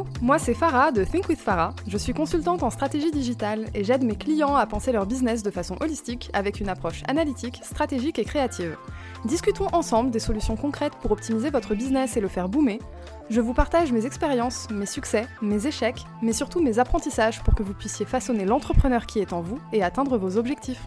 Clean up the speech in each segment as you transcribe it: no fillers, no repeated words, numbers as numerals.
Coucou, moi c'est Farah de Think with Farah. Je suis consultante en stratégie digitale et j'aide mes clients à penser leur business de façon holistique avec une approche analytique, stratégique et créative. Discutons ensemble des solutions concrètes pour optimiser votre business et le faire boomer. Je vous partage mes expériences, mes succès, mes échecs, mais surtout mes apprentissages pour que vous puissiez façonner l'entrepreneur qui est en vous et atteindre vos objectifs.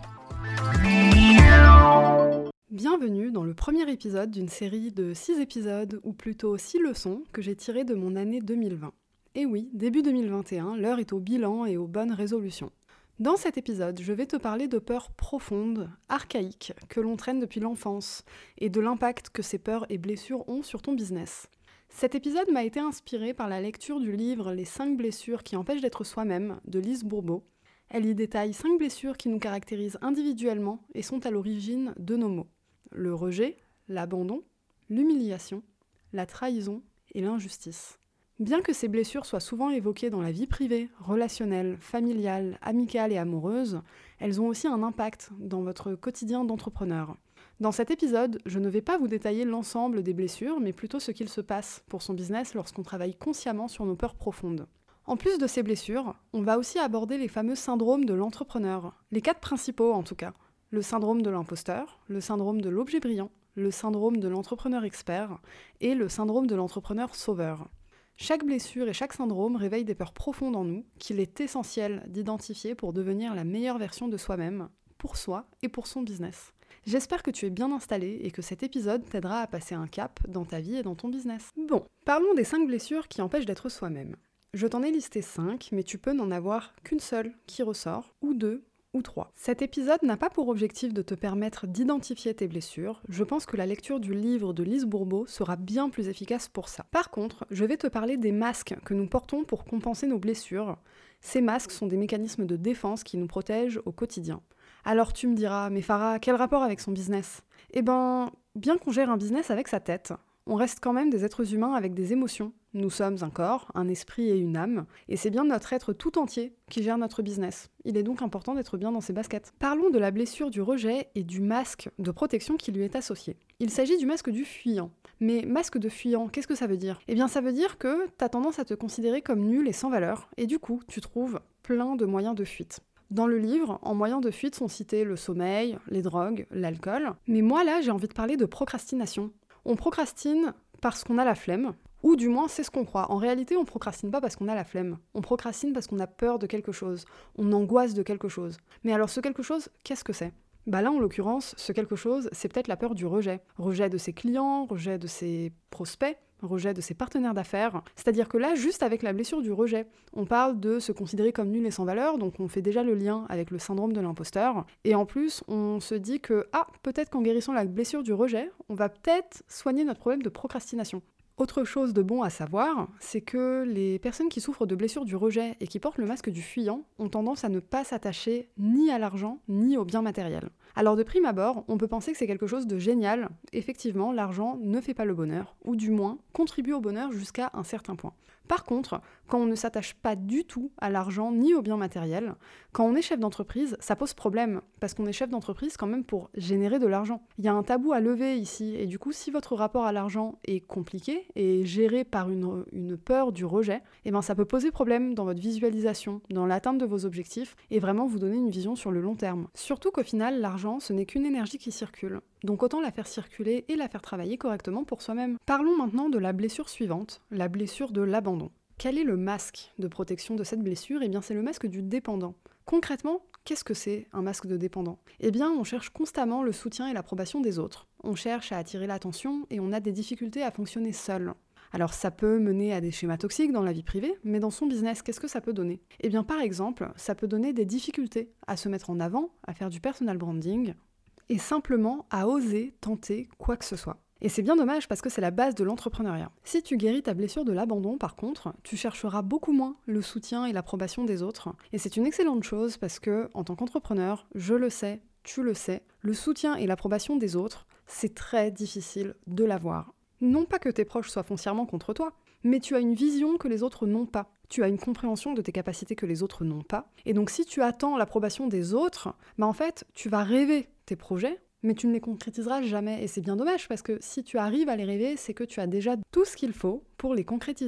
Bienvenue dans le premier épisode d'une série de 6 épisodes, ou plutôt 6 leçons, que j'ai tirées de mon année 2020. Et oui, début 2021, l'heure est au bilan et aux bonnes résolutions. Dans cet épisode, je vais te parler de peurs profondes, archaïques, que l'on traîne depuis l'enfance, et de l'impact que ces peurs et blessures ont sur ton business. Cet épisode m'a été inspiré par la lecture du livre « Les 5 blessures qui empêchent d'être soi-même » de Lise Bourbeau. Elle y détaille 5 blessures qui nous caractérisent individuellement et sont à l'origine de nos maux. Le rejet, l'abandon, l'humiliation, la trahison et l'injustice. Bien que ces blessures soient souvent évoquées dans la vie privée, relationnelle, familiale, amicale et amoureuse, elles ont aussi un impact dans votre quotidien d'entrepreneur. Dans cet épisode, je ne vais pas vous détailler l'ensemble des blessures, mais plutôt ce qu'il se passe pour son business lorsqu'on travaille consciemment sur nos peurs profondes. En plus de ces blessures, on va aussi aborder les fameux syndromes de l'entrepreneur, les 4 principaux en tout cas. Le syndrome de l'imposteur, le syndrome de l'objet brillant, le syndrome de l'entrepreneur expert et le syndrome de l'entrepreneur sauveur. Chaque blessure et chaque syndrome réveille des peurs profondes en nous qu'il est essentiel d'identifier pour devenir la meilleure version de soi-même, pour soi et pour son business. J'espère que tu es bien installé et que cet épisode t'aidera à passer un cap dans ta vie et dans ton business. Bon, parlons des 5 blessures qui empêchent d'être soi-même. Je t'en ai listé 5, mais tu peux n'en avoir qu'une seule qui ressort, ou 2, ou 3. Cet épisode n'a pas pour objectif de te permettre d'identifier tes blessures. Je pense que la lecture du livre de Lise Bourbeau sera bien plus efficace pour ça. Par contre, je vais te parler des masques que nous portons pour compenser nos blessures. Ces masques sont des mécanismes de défense qui nous protègent au quotidien. Alors tu me diras, mais Farah, quel rapport avec son business ? Eh ben, bien qu'on gère un business avec sa tête, on reste quand même des êtres humains avec des émotions. Nous sommes un corps, un esprit et une âme, et c'est bien notre être tout entier qui gère notre business. Il est donc important d'être bien dans ses baskets. Parlons de la blessure du rejet et du masque de protection qui lui est associé. Il s'agit du masque du fuyant. Mais masque de fuyant, qu'est-ce que ça veut dire ? Eh bien ça veut dire que t'as tendance à te considérer comme nul et sans valeur, et du coup, tu trouves plein de moyens de fuite. Dans le livre, en moyens de fuite sont cités le sommeil, les drogues, l'alcool, mais moi là, j'ai envie de parler de procrastination. On procrastine parce qu'on a la flemme, ou du moins c'est ce qu'on croit. En réalité, on procrastine pas parce qu'on a la flemme. On procrastine parce qu'on a peur de quelque chose. On angoisse de quelque chose. Mais alors ce quelque chose, qu'est-ce que c'est ? Bah là, en l'occurrence, ce quelque chose, c'est peut-être la peur du rejet. Rejet de ses clients, rejet de ses prospects, rejet de ses partenaires d'affaires. C'est-à-dire que là, juste avec la blessure du rejet, on parle de se considérer comme nul et sans valeur, donc on fait déjà le lien avec le syndrome de l'imposteur. Et en plus, on se dit que, peut-être qu'en guérissant la blessure du rejet, on va peut-être soigner notre problème de procrastination. Autre chose de bon à savoir, c'est que les personnes qui souffrent de blessures du rejet et qui portent le masque du fuyant ont tendance à ne pas s'attacher ni à l'argent ni aux biens matériels. Alors de prime abord, on peut penser que c'est quelque chose de génial. Effectivement, l'argent ne fait pas le bonheur, ou du moins contribue au bonheur jusqu'à un certain point. Par contre, quand on ne s'attache pas du tout à l'argent ni aux biens matériels, quand on est chef d'entreprise, ça pose problème, parce qu'on est chef d'entreprise quand même pour générer de l'argent. Il y a un tabou à lever ici, et du coup, si votre rapport à l'argent est compliqué et géré par une peur du rejet, eh ben ça peut poser problème dans votre visualisation, dans l'atteinte de vos objectifs, et vraiment vous donner une vision sur le long terme. Surtout qu'au final, l'argent, ce n'est qu'une énergie qui circule. Donc autant la faire circuler et la faire travailler correctement pour soi-même. Parlons maintenant de la blessure suivante, la blessure de l'abandon. Quel est le masque de protection de cette blessure ? Eh bien c'est le masque du dépendant. Concrètement, qu'est-ce que c'est un masque de dépendant ? Eh bien on cherche constamment le soutien et l'approbation des autres. On cherche à attirer l'attention et on a des difficultés à fonctionner seul. Alors ça peut mener à des schémas toxiques dans la vie privée, mais dans son business, qu'est-ce que ça peut donner ? Eh bien par exemple, ça peut donner des difficultés à se mettre en avant, à faire du personal branding, et simplement à oser tenter quoi que ce soit. Et c'est bien dommage parce que c'est la base de l'entrepreneuriat. Si tu guéris ta blessure de l'abandon, par contre, tu chercheras beaucoup moins le soutien et l'approbation des autres. Et c'est une excellente chose parce que, en tant qu'entrepreneur, je le sais, tu le sais, le soutien et l'approbation des autres, c'est très difficile de l'avoir. Non pas que tes proches soient foncièrement contre toi, mais tu as une vision que les autres n'ont pas. Tu as une compréhension de tes capacités que les autres n'ont pas. Et donc si tu attends l'approbation des autres, en fait, tu vas rêver tes projets, mais tu ne les concrétiseras jamais. Et c'est bien dommage, parce que si tu arrives à les rêver, c'est que tu as déjà tout ce qu'il faut pour les concrétiser.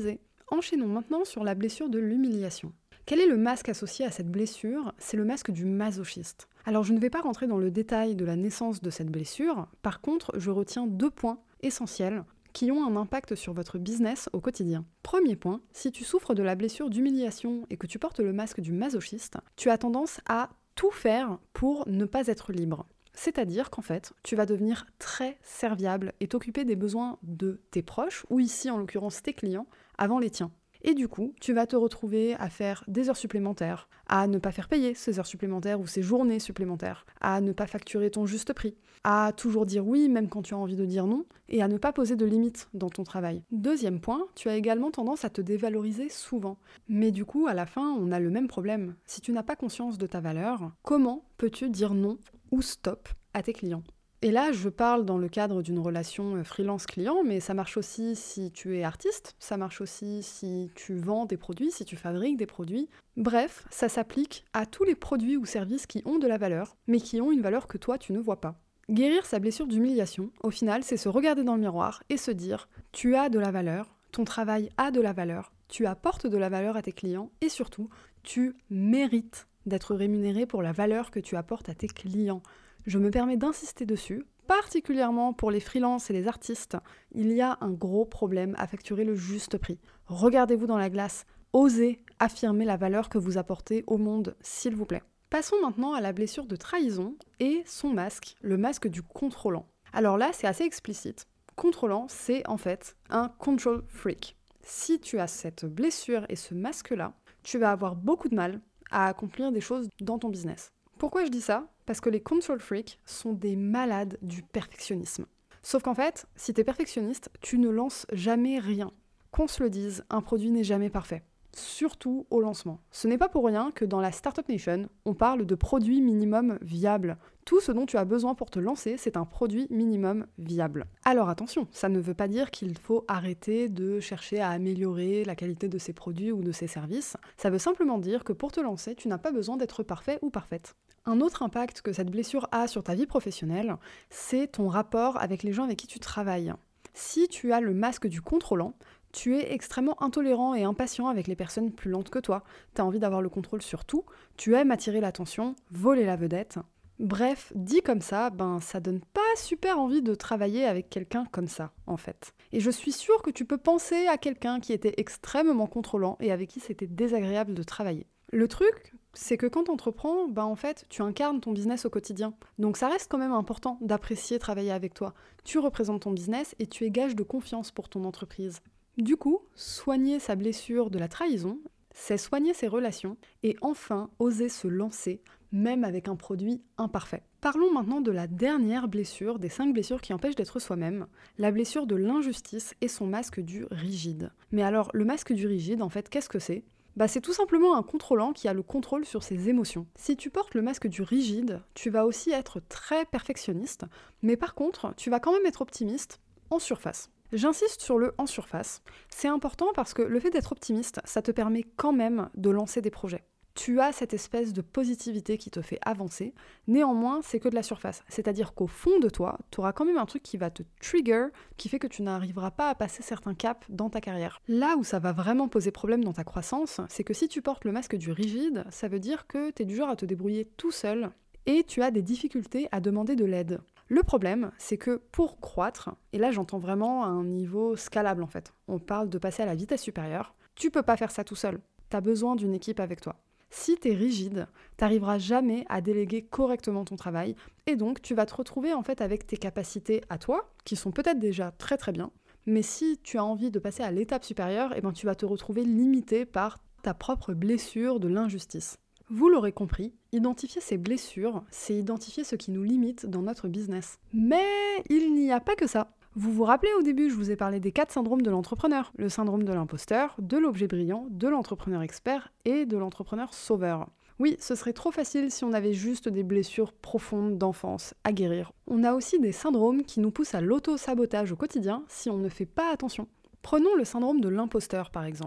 Enchaînons maintenant sur la blessure de l'humiliation. Quel est le masque associé à cette blessure ? C'est le masque du masochiste. Alors je ne vais pas rentrer dans le détail de la naissance de cette blessure, par contre je retiens 2 points essentiels qui ont un impact sur votre business au quotidien. Premier point, si tu souffres de la blessure d'humiliation et que tu portes le masque du masochiste, tu as tendance à tout faire pour ne pas être libre. C'est-à-dire qu'en fait, tu vas devenir très serviable et t'occuper des besoins de tes proches, ou ici en l'occurrence tes clients, avant les tiens. Et du coup, tu vas te retrouver à faire des heures supplémentaires, à ne pas faire payer ces heures supplémentaires ou ces journées supplémentaires, à ne pas facturer ton juste prix, à toujours dire oui même quand tu as envie de dire non, et à ne pas poser de limites dans ton travail. Deuxième point, tu as également tendance à te dévaloriser souvent. Mais du coup, à la fin, on a le même problème. Si tu n'as pas conscience de ta valeur, comment peux-tu dire non ou stop à tes clients ? Et là, je parle dans le cadre d'une relation freelance-client, mais ça marche aussi si tu es artiste, ça marche aussi si tu vends des produits, si tu fabriques des produits. Bref, ça s'applique à tous les produits ou services qui ont de la valeur, mais qui ont une valeur que toi, tu ne vois pas. Guérir sa blessure d'humiliation, au final, c'est se regarder dans le miroir et se dire « tu as de la valeur, ton travail a de la valeur, tu apportes de la valeur à tes clients et surtout, tu mérites d'être rémunéré pour la valeur que tu apportes à tes clients. » Je me permets d'insister dessus, particulièrement pour les freelances et les artistes, il y a un gros problème à facturer le juste prix. Regardez-vous dans la glace, osez affirmer la valeur que vous apportez au monde, s'il vous plaît. Passons maintenant à la blessure de trahison et son masque, le masque du contrôlant. Alors là, c'est assez explicite. Contrôlant, c'est en fait un control freak. Si tu as cette blessure et ce masque-là, tu vas avoir beaucoup de mal à accomplir des choses dans ton business. Pourquoi je dis ça ? Parce que les control freaks sont des malades du perfectionnisme. Sauf qu'en fait, si t'es perfectionniste, tu ne lances jamais rien. Qu'on se le dise, un produit n'est jamais parfait. Surtout au lancement. Ce n'est pas pour rien que dans la Startup Nation, on parle de produit minimum viable. Tout ce dont tu as besoin pour te lancer, c'est un produit minimum viable. Alors attention, ça ne veut pas dire qu'il faut arrêter de chercher à améliorer la qualité de ses produits ou de ses services. Ça veut simplement dire que pour te lancer, tu n'as pas besoin d'être parfait ou parfaite. Un autre impact que cette blessure a sur ta vie professionnelle, c'est ton rapport avec les gens avec qui tu travailles. Si tu as le masque du contrôlant, tu es extrêmement intolérant et impatient avec les personnes plus lentes que toi, tu as envie d'avoir le contrôle sur tout, tu aimes attirer l'attention, voler la vedette. Bref, dit comme ça, ça donne pas super envie de travailler avec quelqu'un comme ça, en fait. Et je suis sûre que tu peux penser à quelqu'un qui était extrêmement contrôlant et avec qui c'était désagréable de travailler. Le truc, c'est que quand tu entreprends, en fait, tu incarnes ton business au quotidien. Donc ça reste quand même important d'apprécier travailler avec toi. Tu représentes ton business et tu es gage de confiance pour ton entreprise. Du coup, soigner sa blessure de la trahison, c'est soigner ses relations et enfin oser se lancer, même avec un produit imparfait. Parlons maintenant de la dernière blessure, des 5 blessures qui empêchent d'être soi-même, la blessure de l'injustice et son masque du rigide. Mais alors, le masque du rigide, en fait, qu'est-ce que c'est ? C'est tout simplement un contrôlant qui a le contrôle sur ses émotions. Si tu portes le masque du rigide, tu vas aussi être très perfectionniste, mais par contre, tu vas quand même être optimiste en surface. J'insiste sur le « en surface ». C'est important parce que le fait d'être optimiste, ça te permet quand même de lancer des projets. Tu as cette espèce de positivité qui te fait avancer, néanmoins c'est que de la surface. C'est-à-dire qu'au fond de toi, tu auras quand même un truc qui va te trigger, qui fait que tu n'arriveras pas à passer certains caps dans ta carrière. Là où ça va vraiment poser problème dans ta croissance, c'est que si tu portes le masque du rigide, ça veut dire que tu es du genre à te débrouiller tout seul et tu as des difficultés à demander de l'aide. Le problème, c'est que pour croître, et là j'entends vraiment à un niveau scalable en fait, on parle de passer à la vitesse supérieure, tu peux pas faire ça tout seul, t'as besoin d'une équipe avec toi. Si t'es rigide, t'arriveras jamais à déléguer correctement ton travail, et donc tu vas te retrouver en fait avec tes capacités à toi, qui sont peut-être déjà très très bien, mais si tu as envie de passer à l'étape supérieure, tu vas te retrouver limité par ta propre blessure de l'injustice. Vous l'aurez compris, identifier ces blessures, c'est identifier ce qui nous limite dans notre business. Mais il n'y a pas que ça. Vous vous rappelez au début, je vous ai parlé des 4 syndromes de l'entrepreneur. Le syndrome de l'imposteur, de l'objet brillant, de l'entrepreneur expert et de l'entrepreneur sauveur. Oui, ce serait trop facile si on avait juste des blessures profondes d'enfance à guérir. On a aussi des syndromes qui nous poussent à l'auto-sabotage au quotidien si on ne fait pas attention. Prenons le syndrome de l'imposteur par exemple.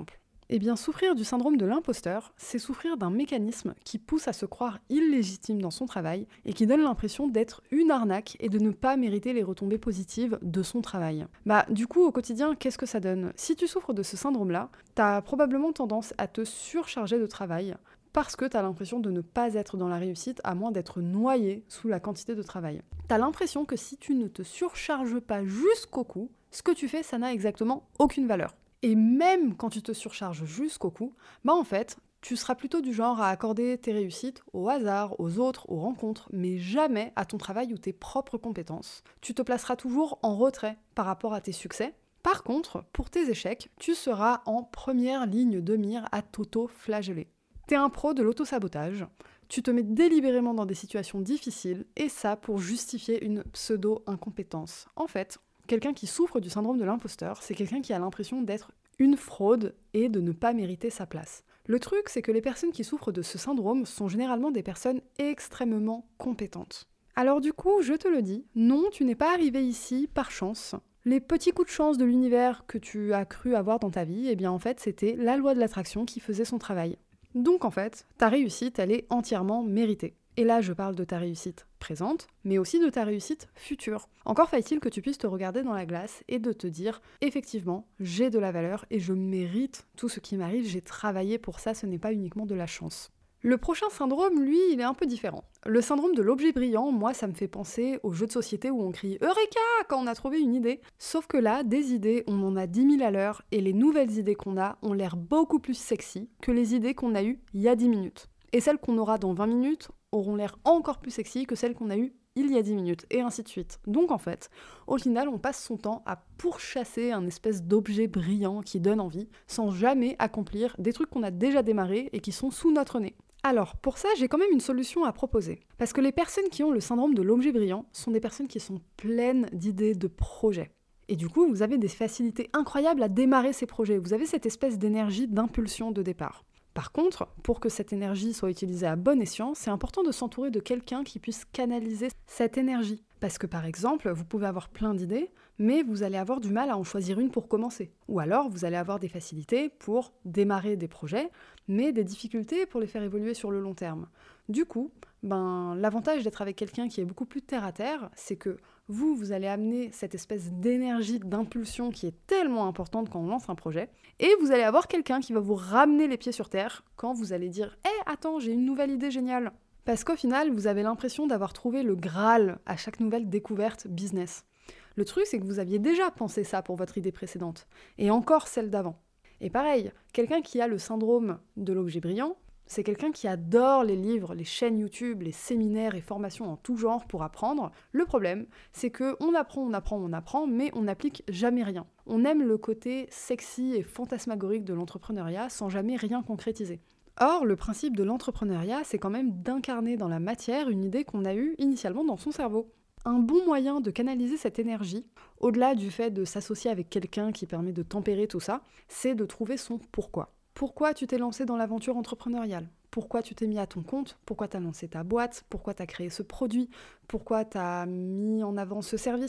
Eh bien, souffrir du syndrome de l'imposteur, c'est souffrir d'un mécanisme qui pousse à se croire illégitime dans son travail et qui donne l'impression d'être une arnaque et de ne pas mériter les retombées positives de son travail. Du coup, au quotidien, qu'est-ce que ça donne ? Si tu souffres de ce syndrome-là, t'as probablement tendance à te surcharger de travail parce que t'as l'impression de ne pas être dans la réussite à moins d'être noyé sous la quantité de travail. T'as l'impression que si tu ne te surcharges pas jusqu'au cou, ce que tu fais, ça n'a exactement aucune valeur. Et même quand tu te surcharges jusqu'au cou, en fait, tu seras plutôt du genre à accorder tes réussites au hasard, aux autres, aux rencontres, mais jamais à ton travail ou tes propres compétences. Tu te placeras toujours en retrait par rapport à tes succès. Par contre, pour tes échecs, tu seras en première ligne de mire à t'auto-flageller. T'es un pro de l'auto-sabotage, tu te mets délibérément dans des situations difficiles, et ça pour justifier une pseudo-incompétence. En fait, quelqu'un qui souffre du syndrome de l'imposteur, c'est quelqu'un qui a l'impression d'être une fraude et de ne pas mériter sa place. Le truc, c'est que les personnes qui souffrent de ce syndrome sont généralement des personnes extrêmement compétentes. Alors du coup, je te le dis, non, tu n'es pas arrivé ici par chance. Les petits coups de chance de l'univers que tu as cru avoir dans ta vie, en fait, c'était la loi de l'attraction qui faisait son travail. Donc en fait, ta réussite, elle est entièrement méritée. Et là, je parle de ta réussite présente, mais aussi de ta réussite future. Encore faut-il que tu puisses te regarder dans la glace et de te dire « Effectivement, j'ai de la valeur et je mérite tout ce qui m'arrive, j'ai travaillé pour ça, ce n'est pas uniquement de la chance. » Le prochain syndrome, lui, il est un peu différent. Le syndrome de l'objet brillant, moi, ça me fait penser aux jeux de société où on crie « Eureka !» quand on a trouvé une idée. Sauf que là, des idées, on en a 10 000 à l'heure, et les nouvelles idées qu'on a ont l'air beaucoup plus sexy que les idées qu'on a eues il y a 10 minutes. Et celles qu'on aura dans 20 minutes auront l'air encore plus sexy que celles qu'on a eues il y a 10 minutes, et ainsi de suite. Donc en fait, au final, on passe son temps à pourchasser un espèce d'objet brillant qui donne envie, sans jamais accomplir des trucs qu'on a déjà démarrés et qui sont sous notre nez. Alors, pour ça, j'ai quand même une solution à proposer. Parce que les personnes qui ont le syndrome de l'objet brillant sont des personnes qui sont pleines d'idées, de projets. Et du coup, vous avez des facilités incroyables à démarrer ces projets. Vous avez cette espèce d'énergie d'impulsion de départ. Par contre, pour que cette énergie soit utilisée à bon escient, c'est important de s'entourer de quelqu'un qui puisse canaliser cette énergie. Parce que par exemple, vous pouvez avoir plein d'idées, mais vous allez avoir du mal à en choisir une pour commencer. Ou alors, vous allez avoir des facilités pour démarrer des projets, mais des difficultés pour les faire évoluer sur le long terme. Du coup, l'avantage d'être avec quelqu'un qui est beaucoup plus terre à terre, c'est que vous allez amener cette espèce d'énergie, d'impulsion qui est tellement importante quand on lance un projet, et vous allez avoir quelqu'un qui va vous ramener les pieds sur terre quand vous allez dire « Hé, attends, j'ai une nouvelle idée géniale !» Parce qu'au final, vous avez l'impression d'avoir trouvé le Graal à chaque nouvelle découverte business. Le truc, c'est que vous aviez déjà pensé ça pour votre idée précédente, et encore celle d'avant. Et pareil, quelqu'un qui a le syndrome de l'objet brillant, c'est quelqu'un qui adore les livres, les chaînes YouTube, les séminaires et formations en tout genre pour apprendre. Le problème, c'est qu'on apprend, mais on n'applique jamais rien. On aime le côté sexy et fantasmagorique de l'entrepreneuriat sans jamais rien concrétiser. Or, le principe de l'entrepreneuriat, c'est quand même d'incarner dans la matière une idée qu'on a eue initialement dans son cerveau. Un bon moyen de canaliser cette énergie, au-delà du fait de s'associer avec quelqu'un qui permet de tempérer tout ça, c'est de trouver son pourquoi. Pourquoi tu t'es lancé dans l'aventure entrepreneuriale ? Pourquoi tu t'es mis à ton compte ? Pourquoi tu as lancé ta boîte ? Pourquoi tu as créé ce produit ? Pourquoi tu as mis en avant ce service ?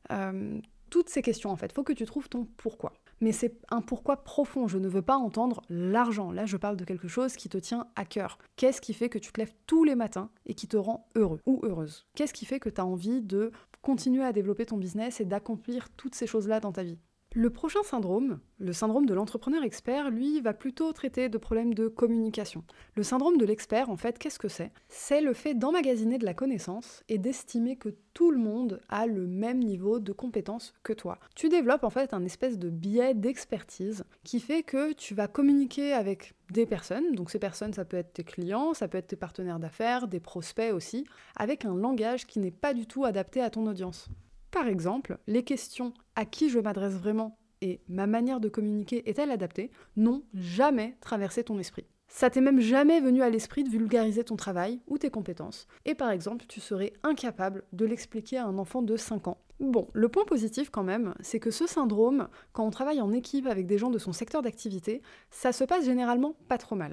Toutes ces questions, en fait, il faut que tu trouves ton pourquoi. Mais c'est un pourquoi profond, je ne veux pas entendre l'argent. Là, je parle de quelque chose qui te tient à cœur. Qu'est-ce qui fait que tu te lèves tous les matins et qui te rend heureux ou heureuse ? Qu'est-ce qui fait que tu as envie de continuer à développer ton business et d'accomplir toutes ces choses-là dans ta vie ? Le prochain syndrome, le syndrome de l'entrepreneur expert, lui, va plutôt traiter de problèmes de communication. Le syndrome de l'expert, en fait, qu'est-ce que c'est ? C'est le fait d'emmagasiner de la connaissance et d'estimer que tout le monde a le même niveau de compétence que toi. Tu développes en fait un espèce de biais d'expertise qui fait que tu vas communiquer avec des personnes, donc ces personnes, ça peut être tes clients, ça peut être tes partenaires d'affaires, des prospects aussi, avec un langage qui n'est pas du tout adapté à ton audience. Par exemple, les questions « à qui je m'adresse vraiment ?» et « ma manière de communiquer est-elle adaptée ?» n'ont jamais traversé ton esprit. Ça t'est même jamais venu à l'esprit de vulgariser ton travail ou tes compétences. Et par exemple, tu serais incapable de l'expliquer à un enfant de 5 ans. Bon, le point positif quand même, c'est que ce syndrome, quand on travaille en équipe avec des gens de son secteur d'activité, ça se passe généralement pas trop mal.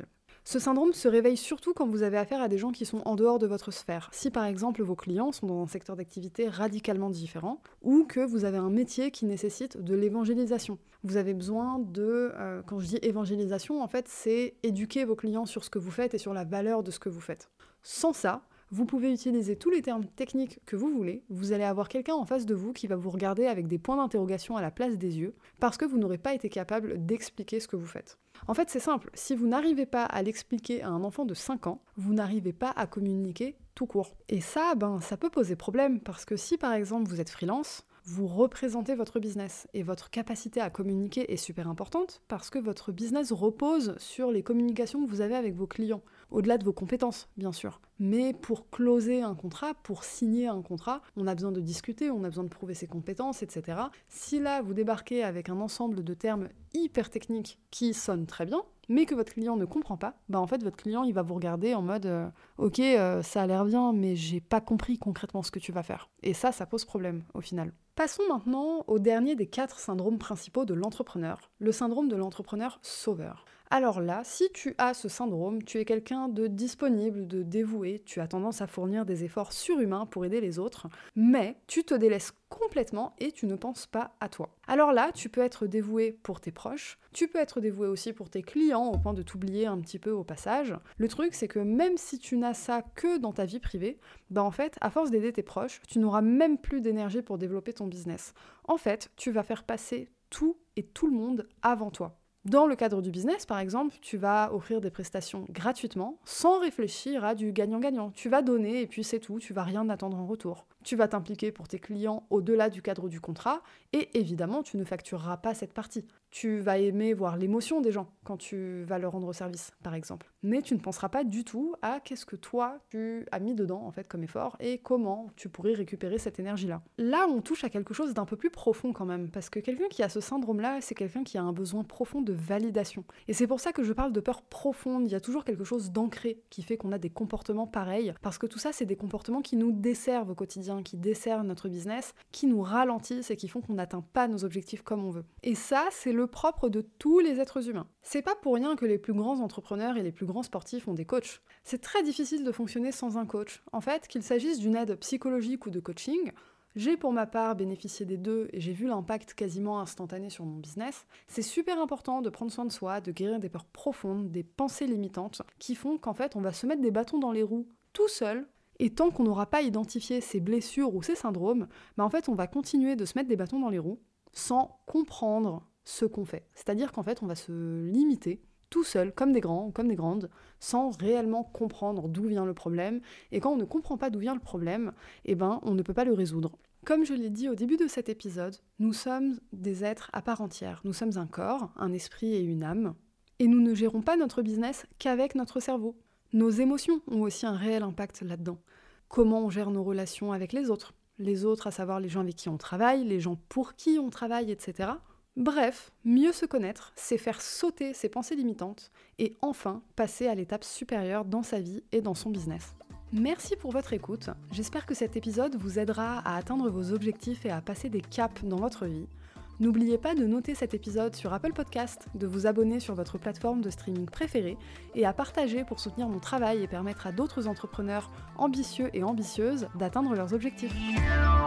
Ce syndrome se réveille surtout quand vous avez affaire à des gens qui sont en dehors de votre sphère. Si par exemple vos clients sont dans un secteur d'activité radicalement différent, ou que vous avez un métier qui nécessite de l'évangélisation. Vous avez besoin de, quand je dis évangélisation, en fait c'est éduquer vos clients sur ce que vous faites et sur la valeur de ce que vous faites. Sans ça, vous pouvez utiliser tous les termes techniques que vous voulez, vous allez avoir quelqu'un en face de vous qui va vous regarder avec des points d'interrogation à la place des yeux, parce que vous n'aurez pas été capable d'expliquer ce que vous faites. En fait, c'est simple, si vous n'arrivez pas à l'expliquer à un enfant de 5 ans, vous n'arrivez pas à communiquer tout court. Et ça, ça peut poser problème, parce que si par exemple vous êtes freelance, vous représentez votre business et votre capacité à communiquer est super importante parce que votre business repose sur les communications que vous avez avec vos clients, au-delà de vos compétences, bien sûr. Mais pour closer un contrat, pour signer un contrat, on a besoin de discuter, on a besoin de prouver ses compétences, etc. Si là, vous débarquez avec un ensemble de termes hyper techniques qui sonnent très bien, mais que votre client ne comprend pas, en fait, votre client, il va vous regarder en mode ok, ça a l'air bien, mais j'ai pas compris concrètement ce que tu vas faire. Et ça pose problème, au final. Passons maintenant au dernier des 4 syndromes principaux de l'entrepreneur, le syndrome de l'entrepreneur sauveur. Alors là, si tu as ce syndrome, tu es quelqu'un de disponible, de dévoué, tu as tendance à fournir des efforts surhumains pour aider les autres, mais tu te délaisses complètement et tu ne penses pas à toi. Alors là, tu peux être dévoué pour tes proches, tu peux être dévoué aussi pour tes clients au point de t'oublier un petit peu au passage. Le truc, c'est que même si tu n'as ça que dans ta vie privée, en fait, à force d'aider tes proches, tu n'auras même plus d'énergie pour développer ton business. En fait, tu vas faire passer tout et tout le monde avant toi. Dans le cadre du business, par exemple, tu vas offrir des prestations gratuitement, sans réfléchir à du gagnant-gagnant. Tu vas donner et puis c'est tout, tu vas rien attendre en retour. Tu vas t'impliquer pour tes clients au-delà du cadre du contrat, et évidemment, tu ne factureras pas cette partie. Tu vas aimer voir l'émotion des gens quand tu vas leur rendre service, par exemple. Mais tu ne penseras pas du tout à qu'est-ce que toi, tu as mis dedans, en fait, comme effort, et comment tu pourrais récupérer cette énergie-là. Là, on touche à quelque chose d'un peu plus profond quand même, parce que quelqu'un qui a ce syndrome-là, c'est quelqu'un qui a un besoin profond de validation. Et c'est pour ça que je parle de peur profonde, il y a toujours quelque chose d'ancré qui fait qu'on a des comportements pareils, parce que tout ça, c'est des comportements qui nous desservent au quotidien, qui desservent notre business, qui nous ralentissent et qui font qu'on n'atteint pas nos objectifs comme on veut. Et ça, c'est le propre de tous les êtres humains. C'est pas pour rien que les plus grands entrepreneurs et les plus grands sportifs ont des coachs. C'est très difficile de fonctionner sans un coach. En fait, qu'il s'agisse d'une aide psychologique ou de coaching, j'ai pour ma part bénéficié des deux et j'ai vu l'impact quasiment instantané sur mon business. C'est super important de prendre soin de soi, de guérir des peurs profondes, des pensées limitantes qui font qu'en fait on va se mettre des bâtons dans les roues tout seul. Et tant qu'on n'aura pas identifié ces blessures ou ces syndromes, en fait on va continuer de se mettre des bâtons dans les roues sans comprendre ce qu'on fait. C'est-à-dire qu'en fait on va se limiter tout seul, comme des grands ou comme des grandes, sans réellement comprendre d'où vient le problème. Et quand on ne comprend pas d'où vient le problème, on ne peut pas le résoudre. Comme je l'ai dit au début de cet épisode, nous sommes des êtres à part entière. Nous sommes un corps, un esprit et une âme. Et nous ne gérons pas notre business qu'avec notre cerveau. Nos émotions ont aussi un réel impact là-dedans. Comment on gère nos relations avec les autres, à savoir les gens avec qui on travaille, les gens pour qui on travaille, etc. Bref, mieux se connaître, c'est faire sauter ses pensées limitantes et enfin passer à l'étape supérieure dans sa vie et dans son business. Merci pour votre écoute, j'espère que cet épisode vous aidera à atteindre vos objectifs et à passer des caps dans votre vie. N'oubliez pas de noter cet épisode sur Apple Podcast, de vous abonner sur votre plateforme de streaming préférée et à partager pour soutenir mon travail et permettre à d'autres entrepreneurs ambitieux et ambitieuses d'atteindre leurs objectifs.